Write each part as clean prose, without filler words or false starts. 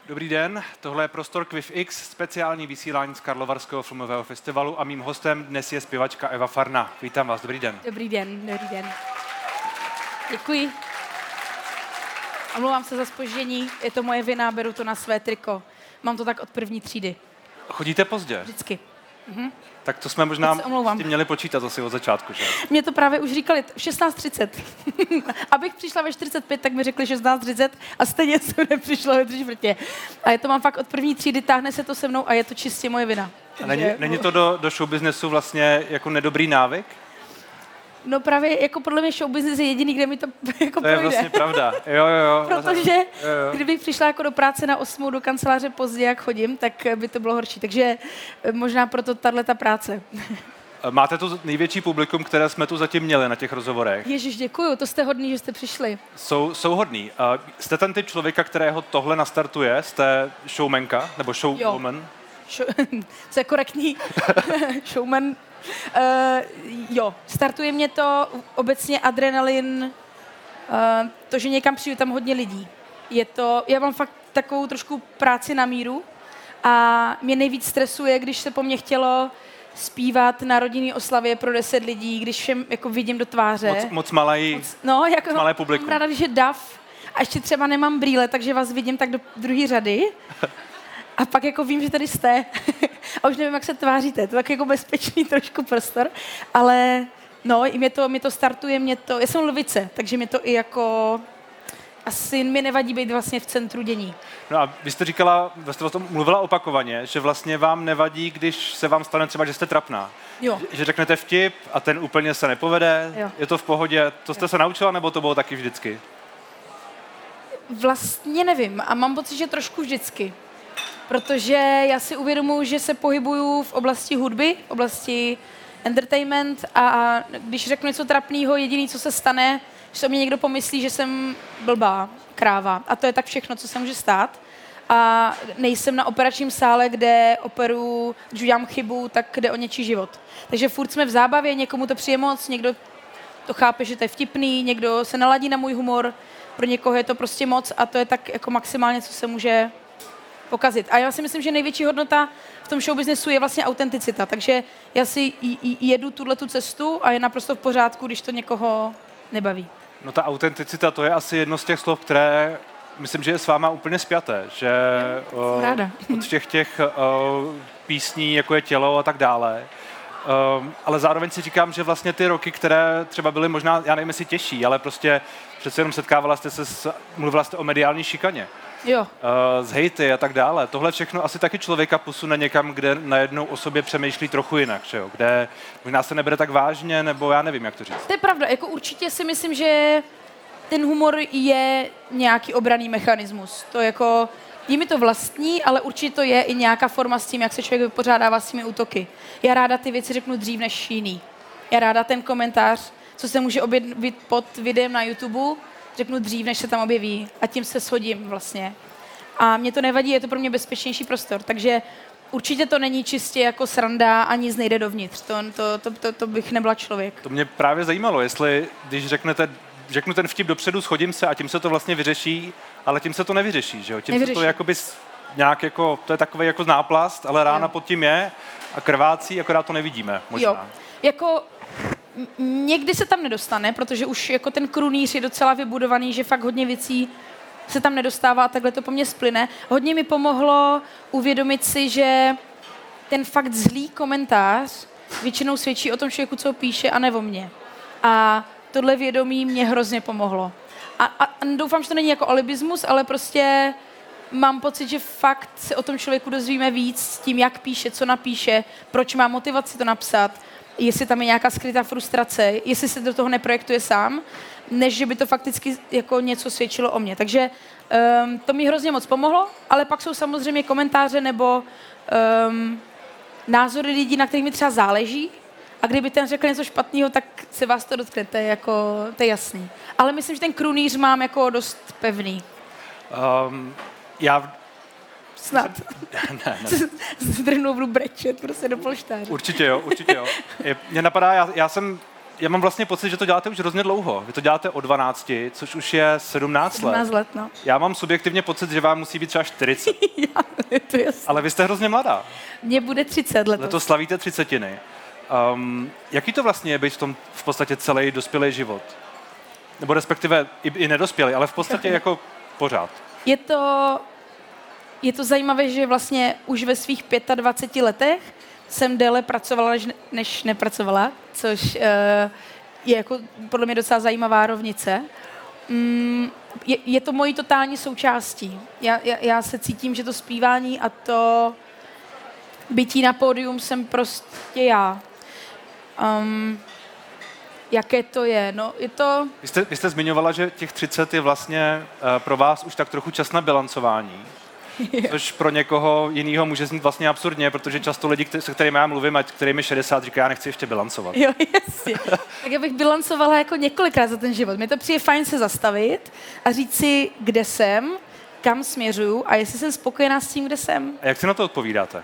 Dobrý den, tohle je Prostor QuiffX, speciální vysílání z Karlovarského filmového festivalu a mým hostem dnes je zpěvačka Eva Farna. Vítám vás, dobrý den. Dobrý den, dobrý den. Děkuji. Omlouvám se za zpoždění, je to moje vina, beru to na své triko. Mám to tak od první třídy. Chodíte pozdě? Vždycky. Tak to jsme možná s omlouvám. tím měli počítat asi od začátku, že? Mě to právě už říkali v 16:30. Abych přišla ve 45, tak mi řekli 16:30 a stejně jsem nepřišla ve 3:45. A je to mám fakt od první třídy, táhne se to se mnou a je to čistě moje vina. A není to do showbiznesu vlastně jako nedobrý návyk? No právě jako podle mě showbusiness je jediný, kde mi to jako To je projde. vlastně pravda. Jo. Protože Jo. kdybych přišla jako do práce na 8 do kanceláře pozdě, jak chodím, tak by to bylo horší. Takže možná proto tato práce. Máte tu největší publikum, které jsme tu zatím měli na těch rozhovorech. Ježiš, děkuju, to jste hodný, že jste přišli. Jsou hodný. Jste ten typ člověka, kterého tohle nastartuje? Jste showmanka nebo showwoman? Co je korektní? Showman. Jo, startuje mě to obecně adrenalin, to, že někam přijdu, tam hodně lidí. Já mám fakt takovou trošku práci na míru a mě nejvíc stresuje, když se po mně chtělo zpívat na rodinný oslavě pro 10 lidí, když všem jako vidím do tváře. Moc malé publikum. Mám ráda, když je dav a ještě třeba nemám brýle, takže vás vidím tak do druhé řady. A pak jako vím, že tady jste a už nevím, jak se tváříte. To je tak jako bezpečný trošku prostor, ale no, i mě to startuje, já jsem lvice, takže mě to i jako asi mi nevadí být vlastně v centru dění. No a vy jste o tom mluvila opakovaně, že vlastně vám nevadí, když se vám stane třeba, že jste trapná. Jo. Že řeknete vtip a ten úplně se nepovede, Jo. je to v pohodě. To jste se naučila, nebo to bylo taky vždycky? Vlastně nevím a mám pocit, že trošku vždycky. Protože já si uvědomuji, že se pohybuju v oblasti hudby, v oblasti entertainment a když řeknu něco trapného, jediné, co se stane, že se o mě někdo pomyslí, že jsem blbá kráva. A to je tak všechno, co se může stát. A nejsem na operačním sále, kde operuju, když udělám chybu, tak jde o něčí život. Takže furt jsme v zábavě, někomu to přijde moc, někdo to chápe, že to je vtipný, někdo se naladí na můj humor, pro někoho je to prostě moc a to je tak jako maximálně, co se může pokazit. A já si myslím, že největší hodnota v tom showbiznesu je vlastně autenticita. Takže já si jedu tuhletu cestu a je naprosto v pořádku, když to někoho nebaví. No ta autenticita, to je asi jedno z těch slov, které myslím, že je s váma úplně spjaté. Že od všech těch písní, jako je Tělo a tak dále. Ale zároveň si říkám, že vlastně ty roky, které třeba byly možná, já nevím, jestli těžší, ale prostě přece jenom mluvila jste o mediální šikaně. Jo. Z hejty a tak dále. Tohle všechno asi taky člověka posune někam, kde najednou o sobě přemýšlí trochu jinak, že jo? Kde možná se nebere tak vážně, nebo já nevím, jak to říct. To je pravda, jako určitě si myslím, že ten humor je nějaký obranný mechanismus. To jako, je mi to vlastní, ale určitě to je i nějaká forma s tím, jak se člověk vypořádává s těmi útoky. Já ráda ty věci řeknu dřív než jiný. Já ráda ten komentář, co se může objevit pod videem na YouTube, řeknu dřív, než se tam objeví a tím se shodím vlastně. A mě to nevadí, je to pro mě bezpečnější prostor, takže určitě to není čistě jako sranda a nic nejde dovnitř, to bych nebyla člověk. To mě právě zajímalo, jestli když řeknu ten vtip dopředu, shodím se a tím se to vlastně vyřeší, ale tím se to nevyřeší, že jo? Tím se to jakoby nějak jako, to je takový jako náplast, ale rána pod tím je a krvácí, akorát to nevidíme možná. Jo, jako někdy se tam nedostane, protože už jako ten krunýř je docela vybudovaný, že fakt hodně věcí se tam nedostává a takhle to po mně splyne. Hodně mi pomohlo uvědomit si, že ten fakt zlý komentář většinou svědčí o tom člověku, co píše, a ne o mně. A tohle vědomí mě hrozně pomohlo. A doufám, že to není jako alibismus, ale prostě mám pocit, že fakt se o tom člověku dozvíme víc s tím, jak píše, co napíše, proč má motivaci to napsat, jestli tam je nějaká skrytá frustrace, jestli se do toho neprojektuje sám, než že by to fakticky jako něco svědčilo o mně. Takže to mi hrozně moc pomohlo, ale pak jsou samozřejmě komentáře nebo názory lidí, na kterých mi třeba záleží. A kdyby ten řekl něco špatného, tak se vás to dotkne, to je jasný. Ale myslím, že ten krunýř mám jako dost pevný. Snad. Ne. Zdrhnu, budu brečet prostě do polštáře. Určitě jo. Mě napadá, já jsem já mám vlastně pocit, že to děláte už hrozně dlouho. Vy to děláte od 12, což už je 17 let. 17 let, no. Já mám subjektivně pocit, že vám musí být třeba 40. To jasný. Ale vy jste hrozně mladá. Mně bude 30 letos. Letos slavíte 30. Jaký to vlastně je být v podstatě celý dospělý život? Nebo respektive i nedospělý, ale v podstatě jako pořád. Je to zajímavé, že vlastně už ve svých 25 letech jsem déle pracovala, než nepracovala, což je jako podle mě docela zajímavá rovnice. Je to mojí totální součástí. Já se cítím, že to zpívání a to bytí na pódium jsem prostě já. Jaké to je? No, je to... Vy jste zmiňovala, že těch 30 je vlastně pro vás už tak trochu čas na bilancování. Což pro někoho jiného může znít vlastně absurdně, protože často lidi, se kterými já mluvím, a kterým je 60, říkají, já nechci ještě bilancovat. Jo, jasně. Tak já bych bilancovala jako několikrát za ten život. Mně to přijde fajn se zastavit a říct si, kde jsem, kam směřuju a jestli jsem spokojená s tím, kde jsem. A jak si na to odpovídáte?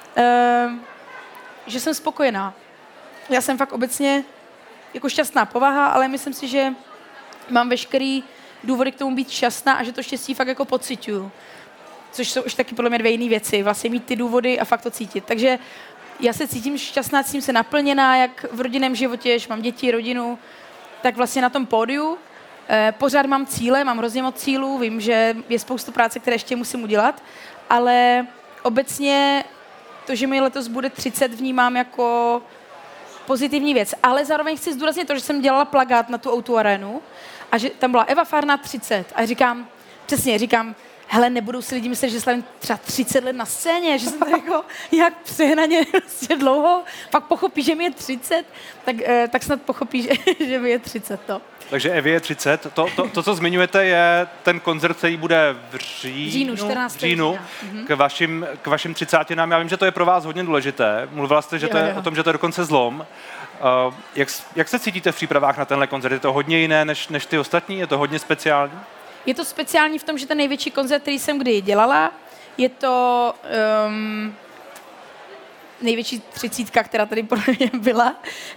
Že jsem spokojená. Já jsem fakt obecně jako šťastná povaha, ale myslím si, že mám veškerý důvody k tomu být šťastná a že to štěstí fakt jako pociťuju. Což jsou už taky podle mě 2 jiné věci. Vlastně mít ty důvody a fakt to cítit. Takže já se cítím šťastná, cítím se naplněná, jak v rodinném životě, že mám děti, rodinu, tak vlastně na tom pódiu. Pořád mám cíle, mám hrozně moc cílů, vím, že je spoustu práce, které ještě musím udělat, ale obecně to, že mi letos bude 30, vnímám jako pozitivní věc. Ale zároveň chci zdůraznit to, že jsem dělala plakát na tu O2 Arenu a že tam byla Eva Farná 30 a říkám, hele, nebudou si lidi myslet, že slavím třeba 30 let na scéně, že jsem to jako jak přehnaně prostě dlouho, pak pochopí, že mi je 30, tak snad pochopí, že mi je 30 to. Takže Evě je 30. To, co zmiňujete, je ten koncert, který bude v říjnu, 14. říjnu k vašim 30. Já vím, že to je pro vás hodně důležité. Mluvila jste, že to je o tom, že to je dokonce zlom. Jak se cítíte v přípravách na tenhle koncert? Je to hodně jiné než ty ostatní? Je to hodně speciální? Je to speciální v tom, že ten největší koncert, který jsem kdy dělala, je to největší 30, která tady podle mě byla.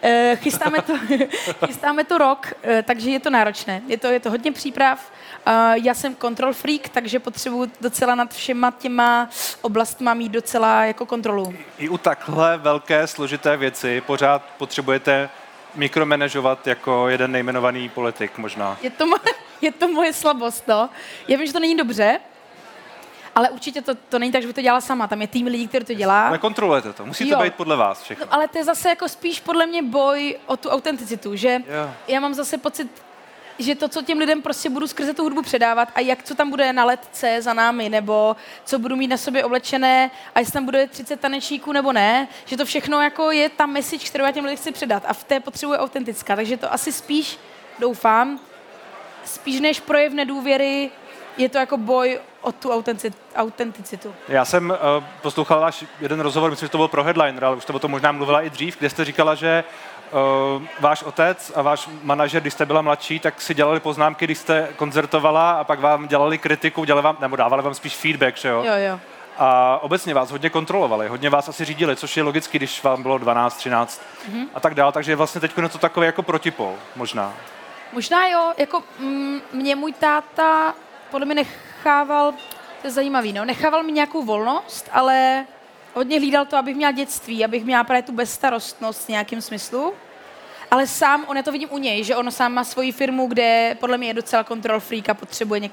Chystáme to rok, takže je to náročné. Je to hodně příprav. Já jsem control freak, takže potřebuji docela nad všema těma oblastma mít docela jako kontrolu. I u takhle velké, složité věci pořád potřebujete mikromanažovat jako jeden nejmenovaný politik možná. Je to moje slabost, no. Já vím, že to není dobře, ale určitě to není tak, že by to dělala sama. Tam je tým lidí, který to dělá. Ale kontrolujete to. Musí to být podle vás všechno. No, ale to je zase jako spíš podle mě boj o tu autenticitu, že já mám zase pocit, že to, co těm lidem prostě budu skrze tu hudbu předávat a co tam bude na letce za námi, nebo co budu mít na sobě oblečené a jestli tam bude 30 tanečníků nebo ne, že to všechno jako je ta message, kterou já těm lidem chci předat a v té potřebuje autentická. Takže to asi spíš, doufám, spíš než projev nedůvěry, je to jako boj o tu autenticitu. Já jsem poslouchal váš jeden rozhovor, myslím, že to byl pro Headliner, ale už jste o tom možná mluvila i dřív, kde jste říkala, že váš otec a váš manažer, když jste byla mladší, tak si dělali poznámky, když jste koncertovala a pak vám dělali kritiku, dávali vám spíš feedback, že jo? Jo. A obecně vás hodně kontrolovali, hodně vás asi řídili, což je logicky, když vám bylo 12, 13 a tak dál, takže vlastně teď je to takový jako protipol, možná. Možná jo, jako mě můj táta podle mě nechával, to je zajímavý, no, nechával mi nějakou volnost, ale hodně hlídal to, abych měla dětství, abych měla právě tu bezstarostnost v nějakém smyslu. Ale sám, já to vidím u něj, že on sám má svoji firmu, kde podle mě je docela control freak a potřebuje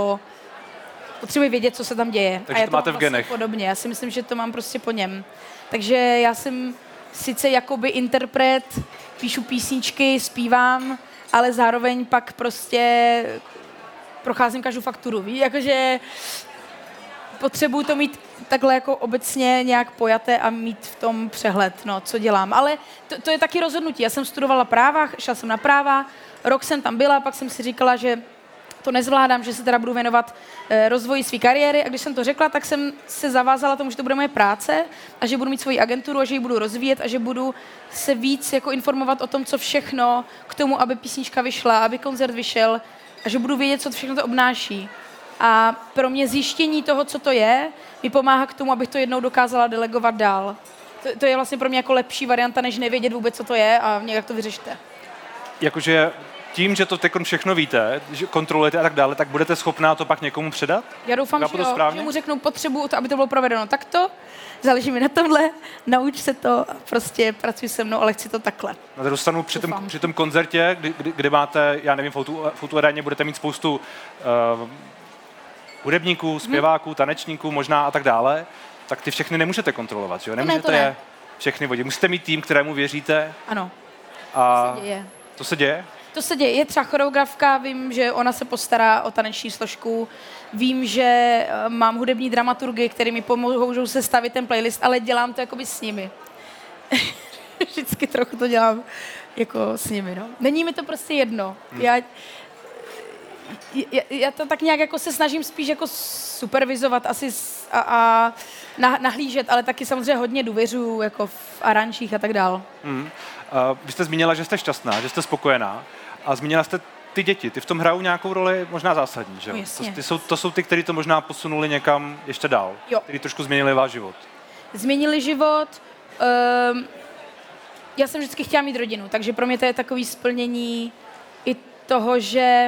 vědět, co se tam děje. Takže a já to máte v genech. Podobně, já si myslím, že to mám prostě po něm. Takže já jsem sice jakoby interpret, píšu písničky, zpívám, ale zároveň pak prostě procházím každou fakturu, víš, jakože potřebuju to mít takhle jako obecně nějak pojaté a mít v tom přehled, no, co dělám. Ale to je taky rozhodnutí. Já jsem studovala práva, šla jsem na práva, rok jsem tam byla, pak jsem si říkala, že to nezvládám, že se teda budu věnovat rozvoji své kariéry a když jsem to řekla, tak jsem se zavázala tomu, že to bude moje práce a že budu mít svoji agenturu a že ji budu rozvíjet a že budu se víc jako informovat o tom, co všechno k tomu, aby písnička vyšla, aby koncert vyšel a že budu vědět, co všechno to obnáší. A pro mě zjištění toho, co to je, mi pomáhá k tomu, abych to jednou dokázala delegovat dál. To je vlastně pro mě jako lepší varianta, než nevědět vůbec, co to je a nějak to vyřešte. jakože tím, že to teď všechno víte, že kontrolujete a tak dále, tak budete schopná to pak někomu předat? Já doufám, že jo, že mu řeknu, potřebuju to, aby to bylo provedeno takto, záleží mi na tomhle, nauč se to a prostě pracuj se mnou, ale chci to takhle. Na druhou stranu při tom koncertě, kdy máte, já nevím, v Outu aréně budete mít spoustu hudebníků, zpěváků, tanečníků možná a tak dále, tak ty všechny nemůžete kontrolovat, že jo? Nemůžete je všechny vodit. Musíte mít tým, kterému věříte. Ano, a to se děje. To se děje? To se děje. Je třeba choreografka, vím, že ona se postará o taneční složku, vím, že mám hudební dramaturgy, který mi pomohou sestavit ten playlist, ale dělám to jakoby s nimi. Vždycky trochu to dělám jako s nimi, no. Není mi to prostě jedno. Já to tak nějak jako se snažím spíš jako supervizovat asi a nahlížet, ale taky samozřejmě hodně důvěřuju jako v aranžích a tak dál. Vy jste zmínila, že jste šťastná, že jste spokojená a zmínila jste ty děti. Ty v tom hrajou nějakou roli možná zásadní, že jo? To jsou ty, kteří to možná posunuli někam ještě dál, kteří trošku změnili váš život. Změnili život. Já jsem vždycky chtěla mít rodinu, takže pro mě to je takový splnění i toho, že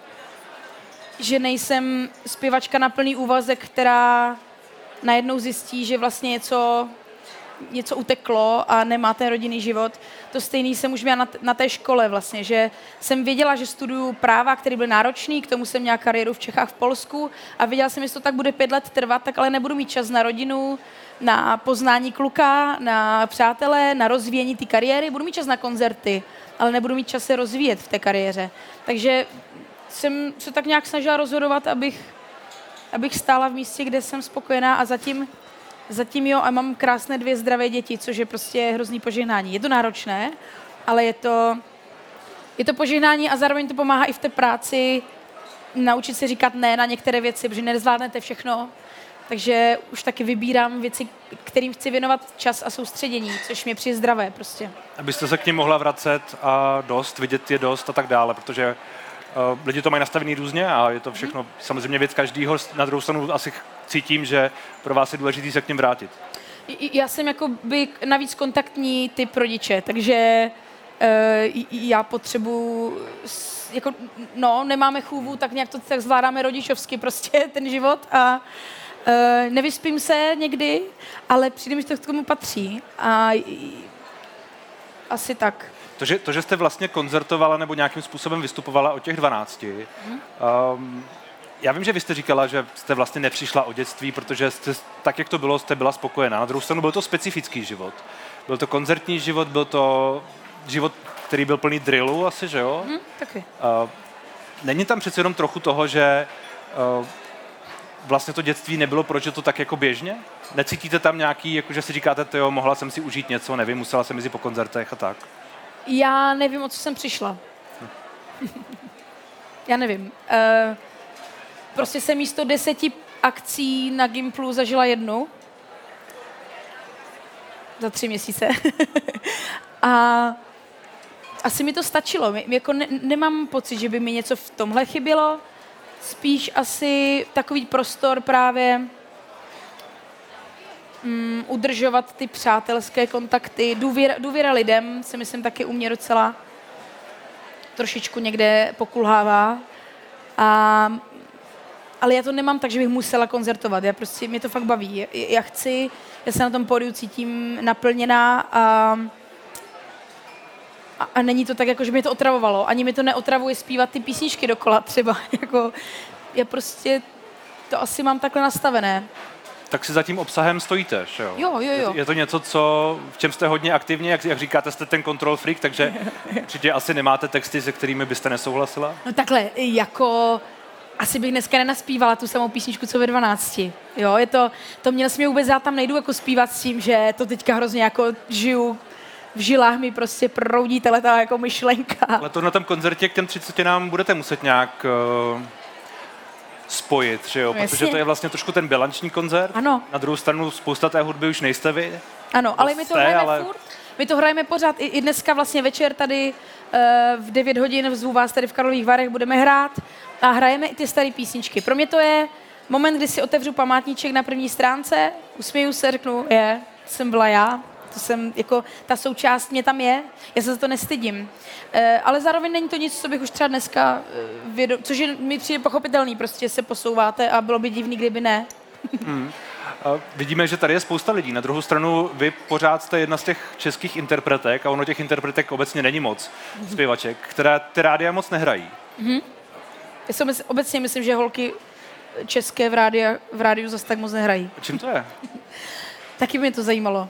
nejsem zpěvačka na plný úvazek, která najednou zjistí, že vlastně něco uteklo a nemá ten rodinný život. To stejný jsem už měla na té škole vlastně, že jsem věděla, že studuju práva, který byl náročný, k tomu jsem měla kariéru v Čechách, v Polsku a věděla jsem, že to tak bude 5 let trvat, tak ale nebudu mít čas na rodinu, na poznání kluka, na přátele, na rozvíjení té kariéry, budu mít čas na koncerty, ale nebudu mít čas se rozvíjet v té kariéře. Takže jsem se tak nějak snažila rozhodovat, abych stála v místě, kde jsem spokojená a zatím jo, a mám krásné 2 zdravé děti, což je prostě hrozný požehnání. Je to náročné, ale je to požehnání a zároveň to pomáhá i v té práci naučit se říkat ne na některé věci, protože nezvládnete všechno. Takže už taky vybírám věci, kterým chci věnovat čas a soustředění, což mě přijde zdravé prostě. Abyste se k nim mohla vracet a vidět je dost a tak dále, protože lidi to mají nastavený různě a je to všechno samozřejmě věc každýho. Na druhou stranu asi cítím, že pro vás je důležité se k nim vrátit. Já jsem jakoby navíc kontaktní typ rodiče, takže já potřebuji, nemáme chůvu, tak nějak to tak zvládáme rodičovsky prostě ten život a nevyspím se někdy, ale přijde mi, že to k tomu patří a asi tak. To, že jste vlastně koncertovala nebo nějakým způsobem vystupovala od těch 12, já vím, že vy jste říkala, že jste vlastně nepřišla o dětství, protože tak, jak to bylo, jste byla spokojená. Na druhou stranu byl to specifický život. Byl to koncertní život, byl to život, který byl plný drillu asi, že jo? Taky. Není tam přece jenom trochu toho, že vlastně to dětství nebylo, proč je to tak jako běžně? Necítíte tam nějaký, jako že si říkáte, jo, mohla jsem si užít něco, nevím, musela jsem jezdit po koncertech a tak? Já nevím, o co jsem přišla. Já nevím. Prostě jsem místo 10 akcí na Gimplu zažila 1. Za 3 měsíce. A asi mi to stačilo. Jako nemám pocit, že by mi něco v tomhle chybělo. Spíš asi takový prostor právě udržovat ty přátelské kontakty. Důvěra lidem si myslím taky u mě docela trošičku někde pokulhává. Ale já to nemám tak, že bych musela koncertovat. Mě to fakt baví. Já se na tom pódiu cítím naplněná a není to tak, jako, že mě to otravovalo. Ani mi to neotravuje zpívat ty písničky dokola třeba. Já prostě to asi mám takhle nastavené. Tak si za tím obsahem stojíte, že jo? Jo. Je to něco, v čem jste hodně aktivní, jak říkáte, jste ten control freak, takže určitě asi nemáte texty, se kterými byste nesouhlasila? No takhle, asi bych dneska nenaspívala tu samou písničku, co ve 12. Jo, to měl jsem mě vůbec, já tam nejdu jako zpívat s tím, že to teďka hrozně jako žiju, v žilách mi prostě proudí tato jako myšlenka. Ale to na tom koncertě k těm 30 nám budete muset nějak spojit, že jo? Protože to je vlastně trošku ten bilanční koncert. Ano. Na druhou stranu spousta té hudby už nejste vy. Ano, ale my to hrajeme furt. My to hrajeme pořád. I dneska vlastně večer tady v 9 hodin zvu vás tady v Karlových Varech, budeme hrát a hrajeme i ty staré písničky. Pro mě to je moment, kdy si otevřu památníček na první stránce, usměju se, řeknu, jsem byla já. To jsem, jako, ta součást mě tam je, já se za to nestydím. Ale zároveň není to nic, co bych už třeba dneska což je, mi přijde pochopitelný, prostě se posouváte a bylo by divný, kdyby ne. Vidíme, že tady je spousta lidí. Na druhou stranu vy pořád jste jedna z těch českých interpretek a ono těch interpretek obecně není moc, zpěvaček, které ty rádia moc nehrají. Já si obecně myslím, že holky české v rádiu zase tak moc nehrají. Čím to je? Taky mě to zajímalo.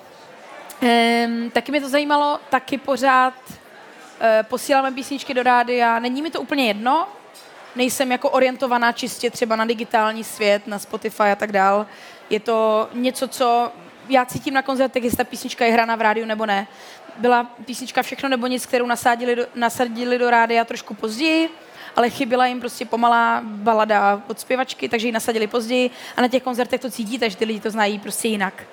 Taky pořád posíláme písničky do rádia. Není mi to úplně jedno, nejsem jako orientovaná čistě třeba na digitální svět, na Spotify a tak dál. Je to něco, co já cítím na koncertech, jestli ta písnička je hrána v rádiu nebo ne. Byla písnička Všechno nebo nic, kterou nasadili do rádia trošku později, ale chyběla jim prostě pomalá balada od zpěvačky, takže ji nasadili později a na těch koncertech to cítíte, že ty lidi to znají prostě jinak.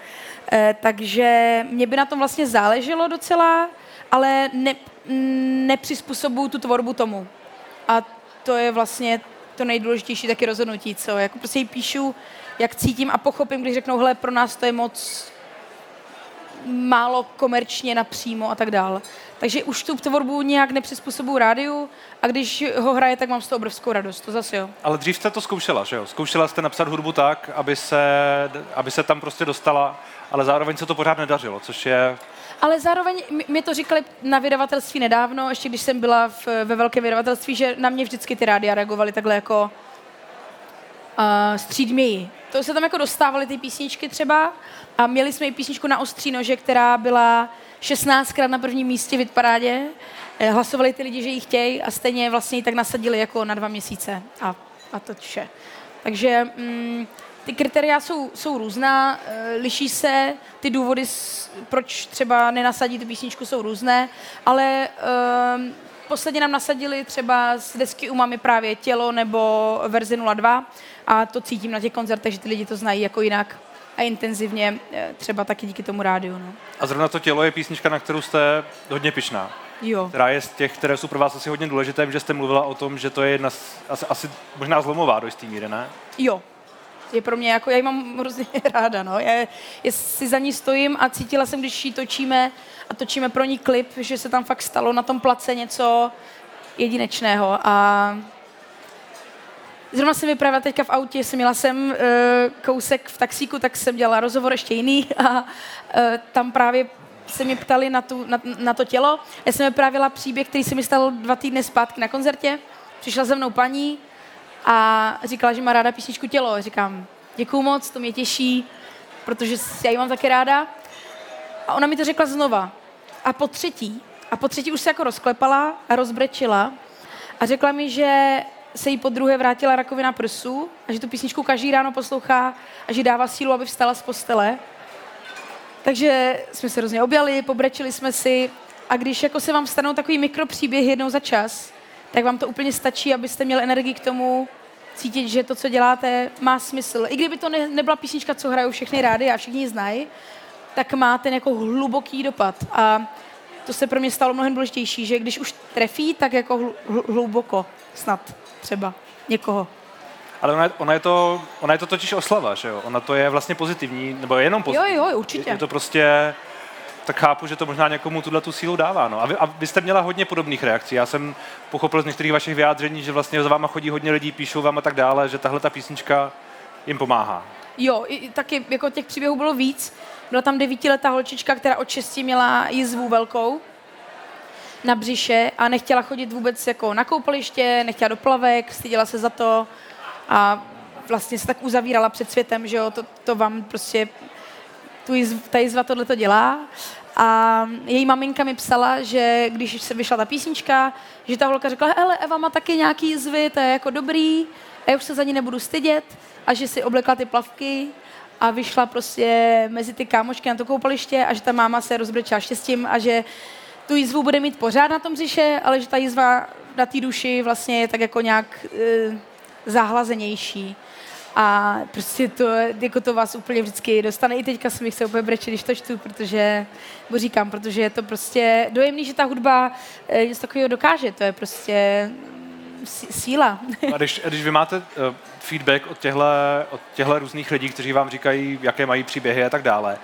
Takže mě by na tom vlastně záleželo docela, ale nepřizpůsobuju tu tvorbu tomu. A to je vlastně to nejdůležitější taky rozhodnutí, co jako prostě ji píšu, jak cítím a pochopím, když řeknou, hele, pro nás to je moc málo komerčně napřímo a tak dál. Takže už tu tvorbu nějak nepřizpůsobuju rádiu a když ho hraje, tak mám z toho obrovskou radost, to zase jo. Ale dřív jste to zkoušela, že jo? Zkoušela jste napsat hudbu tak, aby se tam prostě dostala, ale zároveň se to pořád nedařilo, což je... Ale zároveň mi to říkali na vydavatelství nedávno, ještě když jsem byla ve velkém vydavatelství, že na mě vždycky ty rádia reagovaly takhle jako střídměji. To se tam jako dostávaly ty písničky třeba a měli jsme i písničku Na ostří nože, která byla 16krát na prvním místě v hitparádě. Hlasovali ty lidi, že ji chtějí a stejně vlastně ji tak nasadili jako na 2 měsíce a to vše. Takže ty kritéria jsou různá, liší se, ty důvody, proč třeba nenasadí tu písničku, jsou různé, ale posledně nám nasadili třeba z desky Umami právě Tělo nebo verzi 02 a to cítím na těch koncertech, že ty lidi to znají jako jinak a intenzivně, třeba taky díky tomu rádiu. No. A zrovna to Tělo je písnička, na kterou jste hodně pyšná. Jo. Která je z těch, které jsou pro vás asi hodně důležité, že jste mluvila o tom, že to je jedna asi možná zlomová do jistý míry, ne? Jo. Je pro mě jako, já ji mám hrozně ráda, no. Já si za ní stojím a cítila jsem, když ji točíme a točíme pro ní klip, že se tam fakt stalo na tom place něco jedinečného a zrovna jsem vyprávěla teďka v autě, měla jsem kousek v taxíku, tak jsem dělala rozhovor ještě jiný a tam právě se mě ptali na to tělo. Já jsem vyprávěla příběh, který se mi stal 2 týdny zpátky na koncertě. Přišla za mnou paní a říkala, že má ráda písničku Tělo. Říkám, děkuju moc, to mě těší, protože já ji mám taky ráda. A ona mi to řekla znova. A po třetí už se jako rozklepala a rozbrečila a řekla mi, že se jí po druhé vrátila rakovina prsu a že tu písničku každý ráno poslouchá a že dává sílu, aby vstala z postele. Takže jsme se hrozně objali, pobrečili jsme si a když jako se vám stanou takový mikropříběh jednou za čas, tak vám to úplně stačí, abyste měli energii k tomu cítit, že to, co děláte, má smysl. I kdyby to nebyla písnička, co hrajou všechny rády a všichni ji znají, tak má ten jako hluboký dopad. A to se pro mě stalo mnohem důležitější, že když už trefí, tak jako hluboko snad třeba někoho. Ale ona je to totiž oslava, že jo? Ona to je vlastně pozitivní, nebo je jenom pozitivní. Jo, určitě. Je to prostě, tak chápu, že to možná někomu tu sílu dává. No. A vy jste měla hodně podobných reakcí. Já jsem pochopil z některých vašich vyjádření, že vlastně za váma chodí hodně lidí, píšou vám a tak dále, že tahle ta písnička jim pomáhá. Jo, taky jako těch příběhů bylo víc. Byla tam 9letá holčička, která od 6 měla jizvu velkou na břiše a nechtěla chodit vůbec jako na koupaliště, nechtěla do plavek, styděla se za to a vlastně se tak uzavírala před světem, že jo, to vám prostě, ta jizva tohleto dělá. A její maminka mi psala, že když se vyšla ta písnička, že ta holka řekla, hele, Eva má taky nějaký jizvy, to je jako dobrý, a já už se za ní nebudu stydět, a že si oblekla ty plavky a vyšla prostě mezi ty kámošky na to koupaliště a že ta máma se rozbrečela štěstím a že tu jizvu bude mít pořád na tom břiše, ale že ta jizva na té duši vlastně je tak jako nějak zahlazenější. A prostě to vás úplně vždycky dostane. I teďka se mi chce úplně brečet, když to čtu, protože je to prostě dojemný, že ta hudba něco takového dokáže. To je prostě síla. A když vy máte feedback od těchto různých lidí, kteří vám říkají, jaké mají příběhy a tak dále,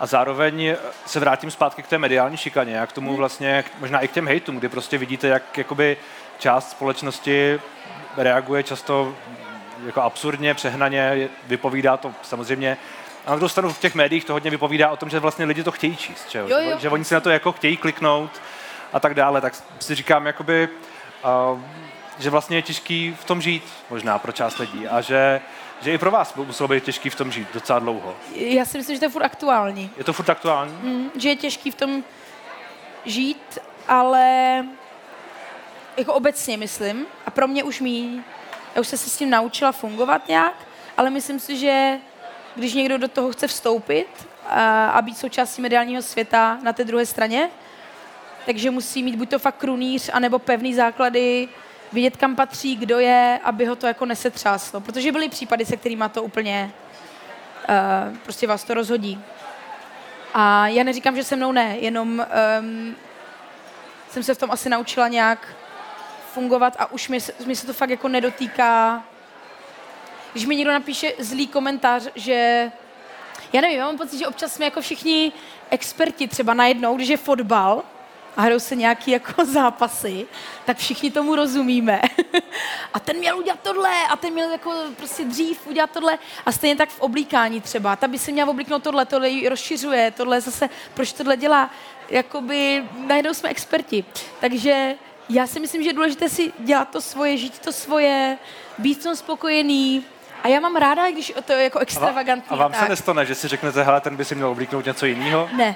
A zároveň se vrátím zpátky k té mediální šikaně a k tomu vlastně, možná i k těm hejtům, kdy prostě vidíte, jak jakoby část společnosti reaguje často jako absurdně, přehnaně, vypovídá to samozřejmě. A na druhou stranu v těch médiích to hodně vypovídá o tom, že vlastně lidi to chtějí číst, že oni si na to jako chtějí kliknout a tak dále. Tak si říkám, jakoby, že vlastně je těžký v tom žít možná pro část lidí a že i pro vás muselo být těžký v tom žít docela dlouho. Já si myslím, že to je furt aktuální. Je to furt aktuální? Že je těžký v tom žít, ale jako obecně myslím, a pro mě už já už jsem se s tím naučila fungovat nějak, ale myslím si, že když někdo do toho chce vstoupit a být součástí mediálního světa na té druhé straně, takže musí mít buď to fakt krunýř, anebo pevný základy, vidět, kam patří, kdo je, aby ho to jako nesetřáslo. Protože byly případy, se kterýma to úplně prostě vás to rozhodí. A já neříkám, že se mnou ne, jenom jsem se v tom asi naučila nějak fungovat a už mi se to fakt jako nedotýká. Když mi někdo napíše zlý komentář, že já nevím, já mám pocit, že občas jsme jako všichni experti třeba najednou, když je fotbal a hrajou se nějaký jako zápasy, tak všichni tomu rozumíme. A ten měl udělat tohle a ten měl jako prostě dřív udělat tohle. A stejně tak v oblíkání třeba. Ta by se měla oblíknout tohle ji rozšiřuje, tohle zase, proč tohle dělá. Jakoby najednou jsme experti. Takže já si myslím, že je důležité si dělat to svoje, žít to svoje, být v tom spokojený. A já mám ráda, když to je jako extravagantní. A vám se nestane, že si řeknete, hele, ten by si měl oblíknout něco jiného? Ne.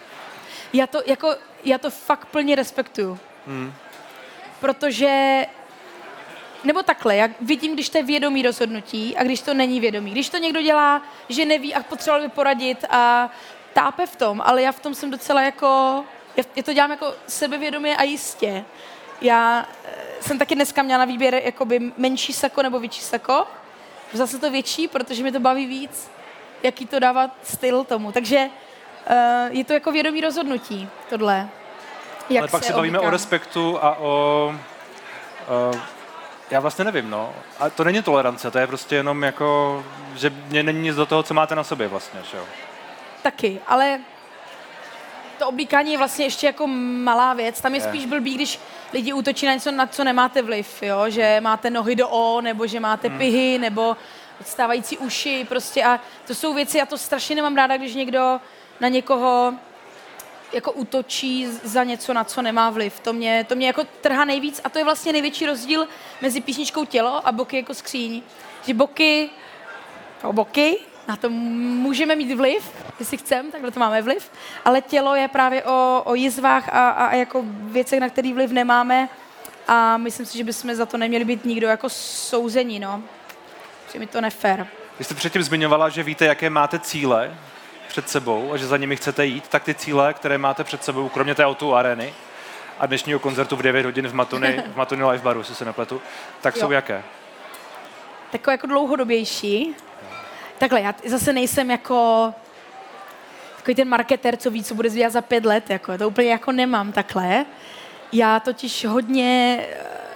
Já to fakt plně respektuju. Protože, nebo takhle, jak vidím, když to je vědomý rozhodnutí a když to není vědomý. Když to někdo dělá, že neví a potřeboval by poradit a tápe v tom, ale já v tom jsem docela jako, já to dělám jako sebevědomě a jistě. Já jsem taky dneska měla na výběr jakoby menší sako nebo větší sako. Zase to větší, protože mi to baví víc, jaký to dává styl tomu. Takže je to jako vědomý rozhodnutí, tohle. Ale pak se bavíme o respektu a o... já vlastně nevím, no. A to není tolerance, to je prostě jenom jako, že mě není nic do toho, co máte na sobě vlastně, že jo? Taky, ale to oblíkání je vlastně ještě jako malá věc. Tam je spíš blbý, když lidi útočí na něco, na co nemáte vliv, jo? Že máte nohy do O, nebo že máte pihy, nebo odstávající uši, prostě a to jsou věci, já to strašně nemám ráda, když někdo na někoho jako útočí za něco, na co nemá vliv. To mě jako trhá nejvíc a to je vlastně největší rozdíl mezi písničkou Tělo a Boky jako skříň. Že boky, na to můžeme mít vliv, jestli chceme, takhle to máme vliv, ale Tělo je právě o jizvách a jako věcech, na který vliv nemáme a myslím si, že bychom za to neměli být nikdo jako souzení, no. Že mi to nefér. Vy jste předtím zmiňovala, že víte, jaké máte cíle před sebou a že za nimi chcete jít, tak ty cíle, které máte před sebou, kromě té O2 Areny a dnešního koncertu v 9 hodin v Matony Live Baru, jestli se nepletu, tak jsou jaké? Takové jako dlouhodobější. Takhle, já zase nejsem jako takový ten marketér, co ví, co bude dělat za 5 let, jako, to úplně jako nemám takhle. Já totiž hodně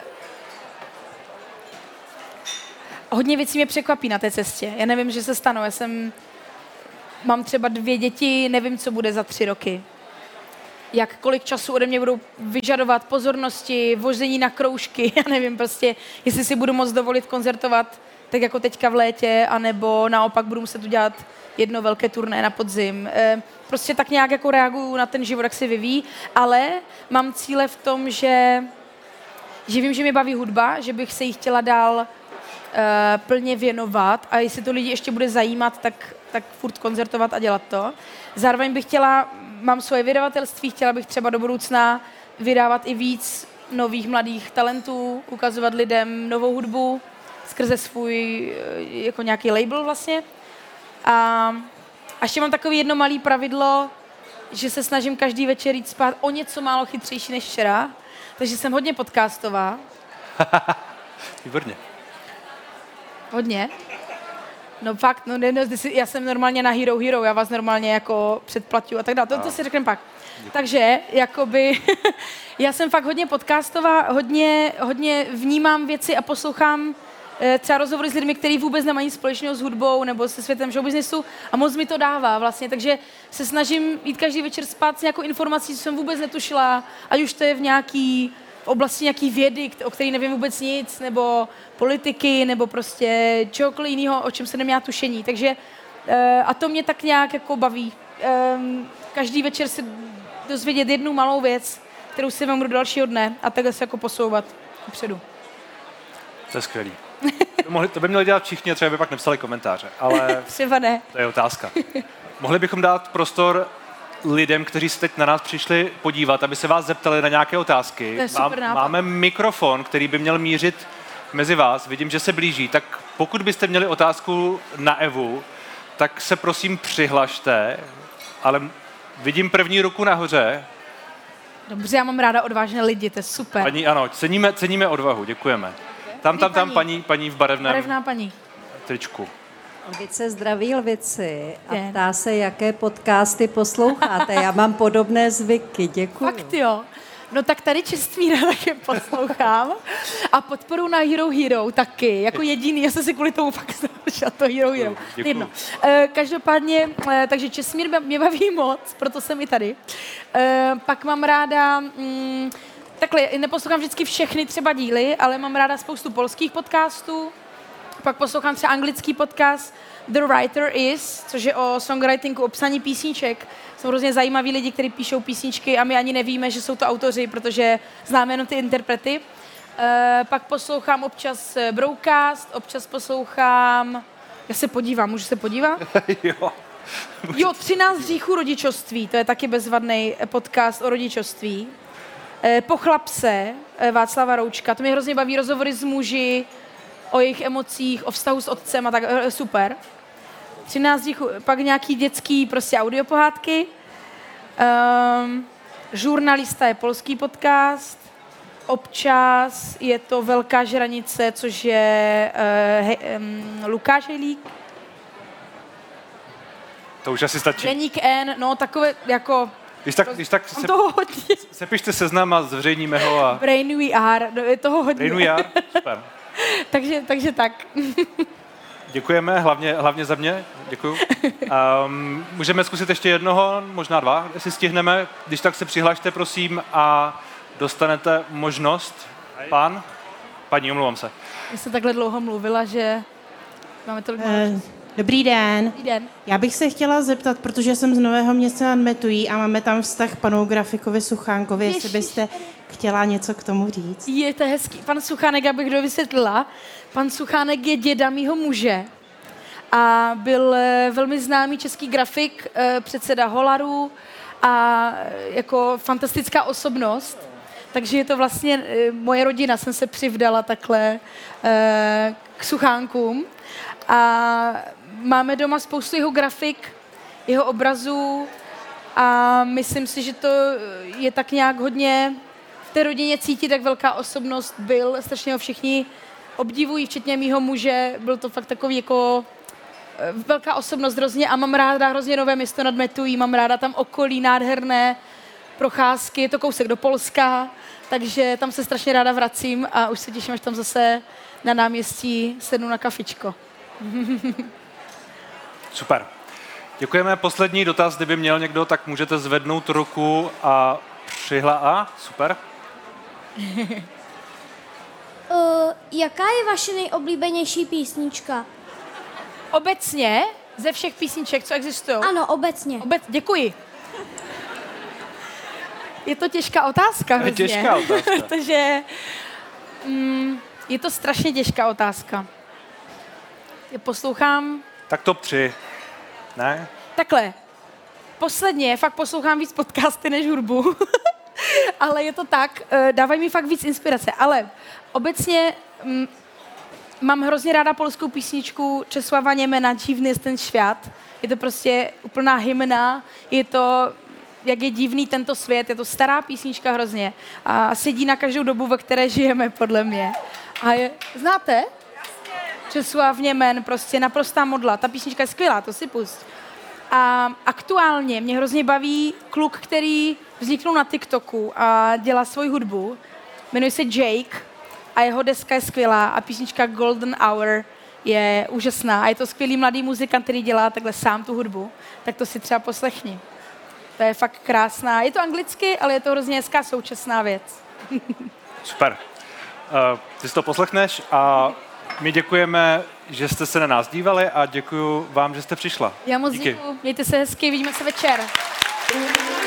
věcí mě překvapí na té cestě. Já nevím, že se stanou. Mám třeba 2 děti, nevím, co bude za 3 roky. Kolik času ode mě budou vyžadovat pozornosti, vození na kroužky, já nevím prostě, jestli si budu moct dovolit koncertovat tak jako teďka v létě, anebo naopak budu muset udělat jedno velké turné na podzim. Prostě tak nějak jako reaguju na ten život, jak se vyvíjí, ale mám cíle v tom, že vím, že mě baví hudba, že bych se jí chtěla dál plně věnovat a jestli to lidi ještě bude zajímat, tak furt koncertovat a dělat to. Zároveň mám svoje vydavatelství, chtěla bych třeba do budoucna vydávat i víc nových mladých talentů, ukazovat lidem novou hudbu skrze svůj jako nějaký label vlastně. A ještě mám takový jedno malé pravidlo, že se snažím každý večer jít spát o něco málo chytřejší než včera, takže jsem hodně podcastová. Výborně. Hodně. No fakt, já jsem normálně na Hero, já vás normálně jako předplatuju a tak dále, to si řekneme pak. Takže, jakoby, já jsem fakt hodně podcastová, hodně vnímám věci a poslouchám třeba rozhovory s lidmi, kteří vůbec nemají nic společného s hudbou nebo se světem showbiznesu a moc mi to dává vlastně, takže se snažím jít každý večer spát s nějakou informací, co jsem vůbec netušila, ať už to je v oblasti nějaký vědy, o který nevím vůbec nic, nebo politiky, nebo prostě čehokoliv jiného, o čem se neměla tušení, takže a to mě tak nějak jako baví. Každý večer si dozvědět jednu malou věc, kterou si vemu do dalšího dne a takhle se jako posouvat dopředu. To je skvělý. To by měli dělat všichni, třeba by pak nepsali komentáře, ale třeba ne. To je otázka. Mohli bychom dát prostor lidem, kteří se teď na nás přišli podívat, aby se vás zeptali na nějaké otázky. To je super nápad. Máme mikrofon, který by měl mířit mezi vás. Vidím, že se blíží, tak pokud byste měli otázku na Evu, tak se prosím přihlašte, ale vidím první ruku nahoře. Dobře, já mám ráda odvážné lidi, to je super. Paní, ano, ceníme odvahu, děkujeme. Tam paní v barevném barevná paní. tričku. Lvice zdraví Lvici a ptá se, jaké podcasty posloucháte. Já mám podobné zvyky, děkuji. Fakt jo. No tak tady Čestmíra taky poslouchám a podporu na Hero Hero taky, jako jediný, já jsem si kvůli tomu fakt našla to Hero Hero. Jedno. Každopádně, takže Čestmír mě baví moc, proto jsem i tady. Pak mám ráda, takhle, neposlouchám vždycky všechny třeba díly, ale mám ráda spoustu polských podcastů, pak poslouchám třeba anglický podcast The Writer Is, což je o songwritingu, o psaní písniček. Jsou hrozně zajímaví lidi, kteří píšou písničky a my ani nevíme, že jsou to autoři, protože známe jenom ty interprety. Pak poslouchám občas Broadcast, občas poslouchám... Já se podívám, můžu se podívat? Jo, 13 hříchů rodičovství, to je taky bezvadný podcast o rodičovství. Pochlapse Václava Roučka, to mě hrozně baví, rozhovory s muži, o jejich emocích, o vztahu s otcem a tak, super. 13 hříchů, pak nějaký dětský prostě audiopohádky. Žurnalista je polský podcast. Občas je to Velká žranice, což je Lukáš Hejlík. To už asi stačí. Deník N, no takové jako... Když tak sepište seznam a zveřejníme ho a... Brain We Are, no, je toho hodně. Brain We Are, super. takže tak. Děkujeme, hlavně za mě, děkuju. Můžeme zkusit ještě jednoho, možná dva, jestli stihneme. Když tak se přihlašte, prosím, a dostanete možnost. Paní, omlouvám se. Já jsem takhle dlouho mluvila, že máme tolik Dobrý den. Dobrý den. Já bych se chtěla zeptat, protože jsem z Nového Města nad Metují a máme tam vztah panu grafikovi Suchánkovi, jestli byste chtěla něco k tomu říct. Je to hezký. Pan Suchánek, abych dovysvětlila, pan Suchánek je děda mýho muže a byl velmi známý český grafik, předseda Holaru a jako fantastická osobnost. Takže je to vlastně moje rodina, jsem se přivdala takhle k Suchánkům. A máme doma spoustu jeho grafik, jeho obrazů a myslím si, že to je tak nějak hodně v té rodině cítit, jak velká osobnost byl. Strašně ho všichni obdivují, včetně mýho muže. Byl to fakt takový jako velká osobnost hrozně a mám ráda hrozně Nové Město nad Metují, mám ráda tam okolí, nádherné procházky, je to kousek do Polska, takže tam se strašně ráda vracím a už se těším, až tam zase na náměstí sednu na kafičko. Super. Děkujeme. Poslední dotaz, kdyby měl někdo, tak můžete zvednout ruku a super. Jaká je vaše nejoblíbenější písnička? Obecně, ze všech písniček, co existují? Ano, obecně. Děkuji. Je to těžká otázka hrozně. Je těžká otázka. Protože je to strašně těžká otázka. Já poslouchám... Tak top 3, ne? Takhle. Posledně fakt poslouchám víc podcasty než hudbu. Ale je to tak, dávají mi fakt víc inspirace. Ale obecně mám hrozně ráda polskou písničku Czesława Niemena Dziwny jest ten świat. Je to prostě úplná hymna. Je to, jak je divný tento svět. Je to stará písnička hrozně. A sedí na každou dobu, ve které žijeme, podle mě. A znáte? Czesław Niemen, prostě naprostá modla. Ta písnička je skvělá, to si pust. A aktuálně mě hrozně baví kluk, který vzniknul na TikToku a dělá svoji hudbu. Jmenuje se Jake a jeho deska je skvělá a písnička Golden Hour je úžasná a je to skvělý mladý muzikant, který dělá takhle sám tu hudbu, tak to si třeba poslechni. To je fakt krásná. Je to anglicky, ale je to hrozně hezká současná věc. Super. Ty si to poslechneš a my děkujeme, že jste se na nás dívali a děkuju vám, že jste přišla. Já moc děkuju. Mějte se hezky, vidíme se večer.